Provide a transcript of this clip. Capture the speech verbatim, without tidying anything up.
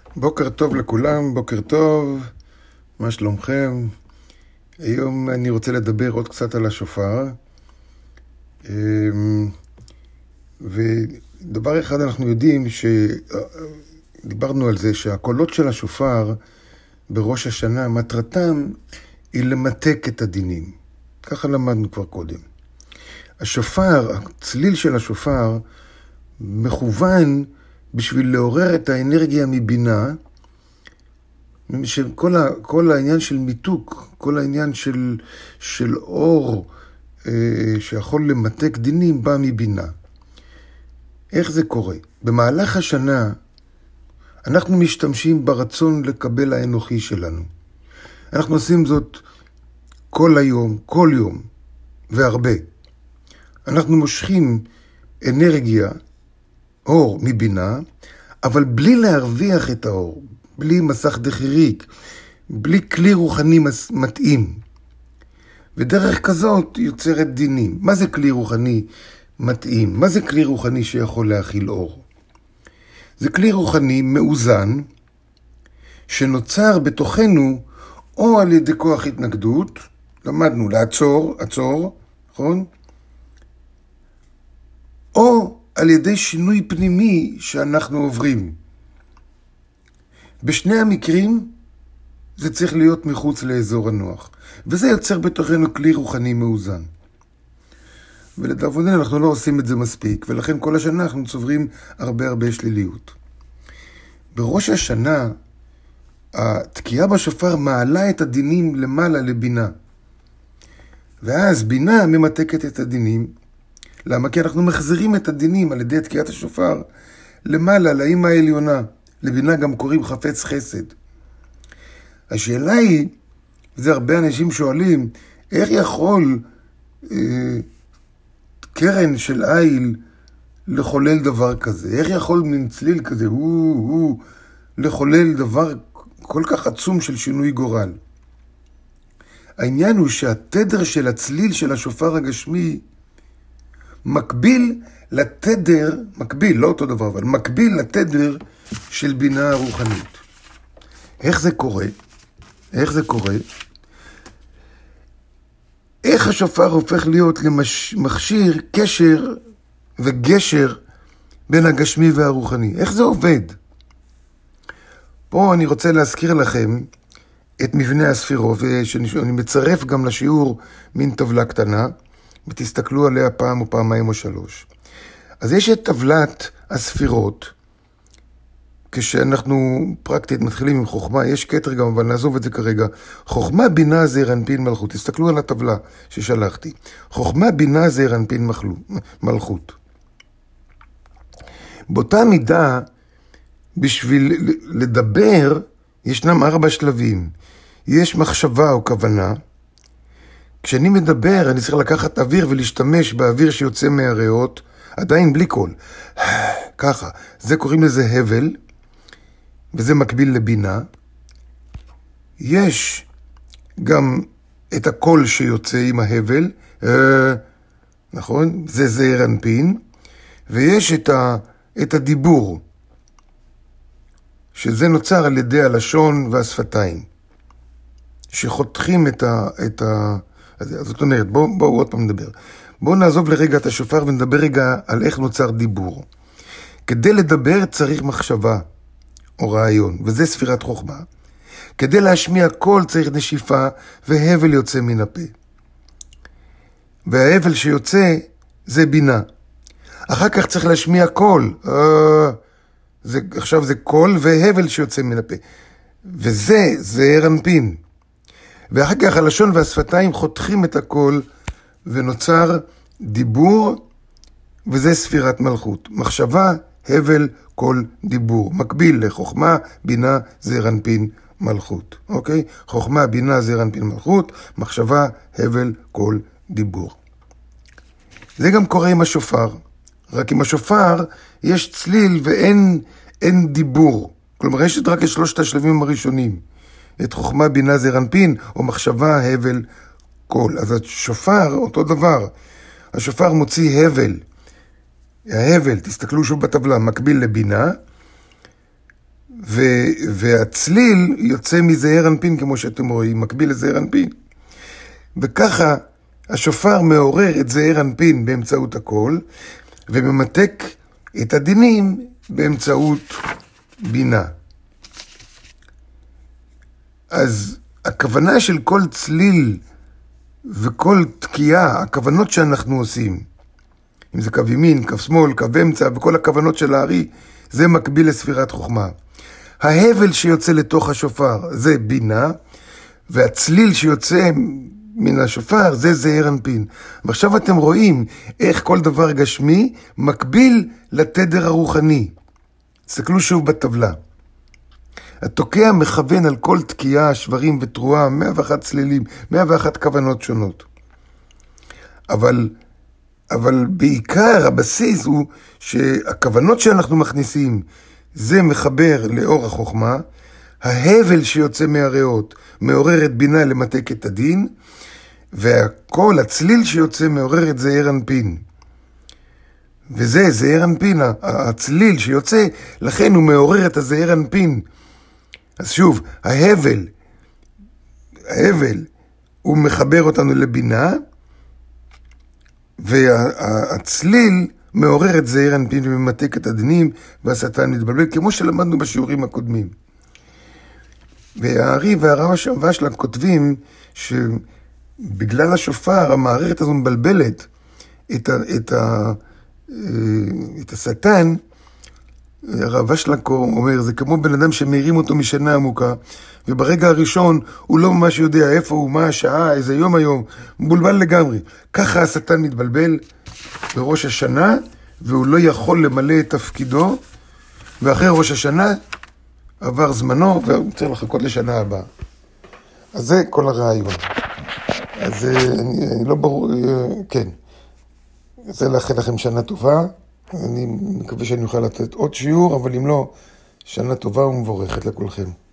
בוקר טוב לכולם, בוקר טוב, מה שלומכם? היום אני רוצה לדבר עוד קצת על השופר. ודבר אחד אנחנו יודעים, שדיברנו על זה, שהקולות של השופר בראש השנה, מטרתם היא למתק את הדינים. ככה למדנו כבר קודם. השופר, הצליל של השופר, מכוון בשביל לעורר את האנרגיה מבינה, שכל ה, כל העניין של מיתוק, כל העניין של, של אור אה, שיכול למתק דינים בא מבינה. איך זה קורה? במהלך השנה אנחנו משתמשים ברצון לקבל האנוכי שלנו. אנחנו עושים זאת כל היום, כל יום, והרבה. אנחנו מושכים אנרגיה, אור מבינה, אבל בלי להרוויח את האור, בלי מסך דחיריק, בלי כלי רוחני מתאים. ודרך כזאת יוצרת דינים. מה זה כלי רוחני מתאים? מה זה כלי רוחני שיכול להכיל אור? זה כלי רוחני מאוזן, שנוצר בתוכנו או על ידי כוח התנגדות, למדנו לעצור, עצור, נכון? או על ידי שינוי פנימי שאנחנו עוברים. בשני המקרים זה צריך להיות מחוץ לאזור הנוח. וזה יוצר בתוכנו כלי רוחני מאוזן. ולדאבוננו אנחנו לא עושים את זה מספיק, ולכן כל השנה אנחנו צוברים הרבה הרבה שליליות. בראש השנה, התקיעה בשופר מעלה את הדינים למעלה לבינה. ואז בינה ממתקת את הדינים. למה? כי אנחנו מחזירים את הדינים על ידי תקיעת השופר למעלה, לאמא העליונה. לבינה גם קוראים חפץ חסד. השאלה היא, וזה הרבה אנשים שואלים, איך יכול אה, קרן של איל לחולל דבר כזה? איך יכול מן צליל כזה, הוא, הוא, לחולל דבר כל כך עצום של שינוי גורל? העניין הוא שהתדר של הצליל של השופר הגשמי מקביל לתדר, מקביל, לא אותו דבר, אבל מקביל לתדר של בינה הרוחנית. איך זה קורה? איך זה קורה? איך השופר הופך להיות למכשיר קשר וגשר בין הגשמי והרוחני? איך זה עובד? פה אני רוצה להזכיר לכם את מבנה הספירות, שאני מצרף גם לשיעור מין טבלה קטנה, ותסתכלו עליה פעם או פעמיים או שלוש. אז יש את טבלת הספירות, כשאנחנו פרקטית מתחילים עם חוכמה, יש קטר גם, אבל נעזוב את זה כרגע. חוכמה, בינה, זעיר, אנפין, מלכות. תסתכלו על הטבלה ששלחתי. חוכמה, בינה, זעיר, אנפין, מלכות. באותה מידה, בשביל לדבר, ישנם ארבע שלבים. יש מחשבה או כוונה. כשאני מדבר, אני צריך לקחת אוויר ולהשתמש באוויר שיוצא מהריאות, עדיין בלי קול. ככה. זה קוראים לזה הבל, וזה מקביל לבינה. יש גם את הקול שיוצא עם ההבל, נכון? זה זעיר אנפין. ויש את, ה, את הדיבור, שזה נוצר על ידי הלשון והשפתיים, שחותכים את ה... את ה זאת אומרת, בואו בוא, עוד פעם נדבר. בואו נעזוב לרגע את השופר ונדבר רגע על איך נוצר דיבור. כדי לדבר צריך מחשבה או רעיון, וזה ספירת חוכמה. כדי להשמיע קול צריך נשיפה והבל יוצא מן הפה. וההבל שיוצא זה בינה. אחר כך צריך להשמיע קול. אה, זה, עכשיו זה קול והבל שיוצא מן הפה. וזה זעיר אנפין. ואחר כך הלשון והשפתיים חותכים את הקול ונוצר דיבור, וזה ספירת מלכות. מחשבה, הבל, קול, דיבור. מקביל לחוכמה, בינה, זעיר אנפין, מלכות. אוקיי? חוכמה, בינה, זעיר אנפין, מלכות. מחשבה, הבל, קול, דיבור. זה גם קורה עם השופר. רק עם השופר יש צליל ואין אין דיבור. כלומר, יש רק את שלושת השלבים הראשונים. את חוכמה, בינה, זעיר אנפין, או מחשבה, הבל, קול. אז השופר, אותו דבר. השופר מוציא הבל. ההבל, תסתכלו שוב בטבלה, מקביל לבינה, ו, והצליל יוצא מזעיר אנפין, כמו שאתם רואים, מקביל לזעיר אנפין. וככה השופר מעורר את זעיר אנפין באמצעות הקול, וממתק את הדינים באמצעות בינה. אז הכוונה של כל צליל וכל תקיעה, הכוונות שאנחנו עושים, אם זה קו ימין, קו שמאל, קו אמצע, וכל הכוונות של הארי, זה מקביל לספירת חוכמה. ההבל שיוצא לתוך השופר זה בינה, והצליל שיוצא מן השופר זה זעיר אנפין. ועכשיו אתם רואים איך כל דבר גשמי מקביל לתדר הרוחני. תסתכלו שוב בטבלה. התוקע מכוון על כל תקיעה, שברים ותרועה, מאה ואחת צלילים, מאה ואחת כוונות שונות. אבל, אבל בעיקר הבסיס הוא שהכוונות שאנחנו מכניסים, זה מחבר לאור החוכמה, ההבל שיוצא מהריאות מעורר את בינה למתק את הדין, והכל, הצליל שיוצא מעורר את זעיר אנפין. וזה זעיר אנפין, הצליל שיוצא, לכן הוא מעורר את הזעיר אנפין. אז שוב, ההבל, ההבל, הוא מחבר אותנו לבינה, והצליל מעורר את זעיר אנפין וממתק את הדינים, והשטן מתבלבל, כמו שלמדנו בשיעורים הקודמים. והארי והרב ושלג כותבים שבגלל השופר, המערכת הזו מבלבלת את, ה, את, ה, את השטן. הרב ושלג אומר, זה כמו בן אדם שמעירים אותו משנה עמוקה, וברגע הראשון הוא לא ממש יודע איפה הוא, מה השעה, איזה יום היום, מבולבל לגמרי. ככה השטן מתבלבל בראש השנה, והוא לא יכול למלא את תפקידו, ואחרי ראש השנה עבר זמנו, והוא צריך לחכות לשנה הבאה. אז זה כל הרעיון. אז אני, אני לא ברור, כן. זה לאחל לכם שנה טובה. אני מקווה שאני אוכל לתת עוד שיעור, אבל אם לא, שנה טובה ומבורכת לכולכם.